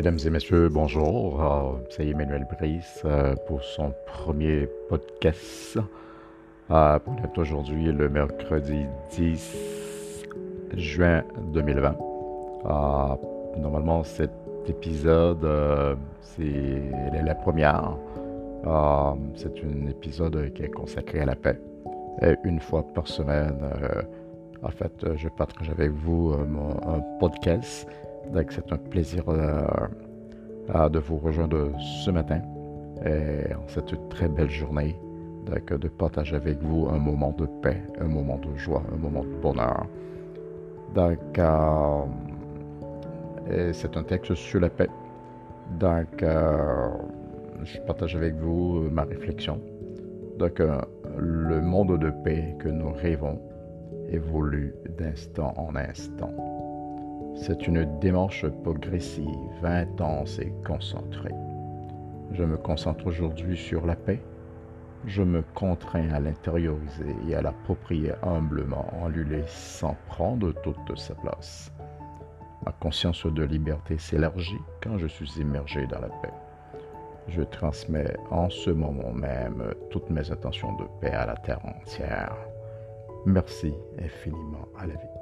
Mesdames et messieurs, bonjour. C'est Emmanuel Brice pour son premier podcast. On est aujourd'hui le mercredi 10 juin 2020. Normalement, cet épisode, elle est la première. C'est un épisode qui est consacré à la paix. Et une fois par semaine, je partage avec vous un podcast. Donc, c'est un plaisir de vous rejoindre ce matin. Et en cette très belle journée, donc, de partager avec vous un moment de paix, un moment de joie, un moment de bonheur. Donc, c'est un texte sur la paix. Donc, je partage avec vous ma réflexion. Donc, le monde de paix que nous rêvons évolue d'instant en instant. C'est une démarche progressive, intense et concentrée. Je me concentre aujourd'hui sur la paix. Je me contrains à l'intérioriser et à l'approprier humblement en lui laissant prendre toute sa place. Ma conscience de liberté s'élargit quand je suis immergé dans la paix. Je transmets en ce moment même toutes mes intentions de paix à la terre entière. Merci infiniment à la vie.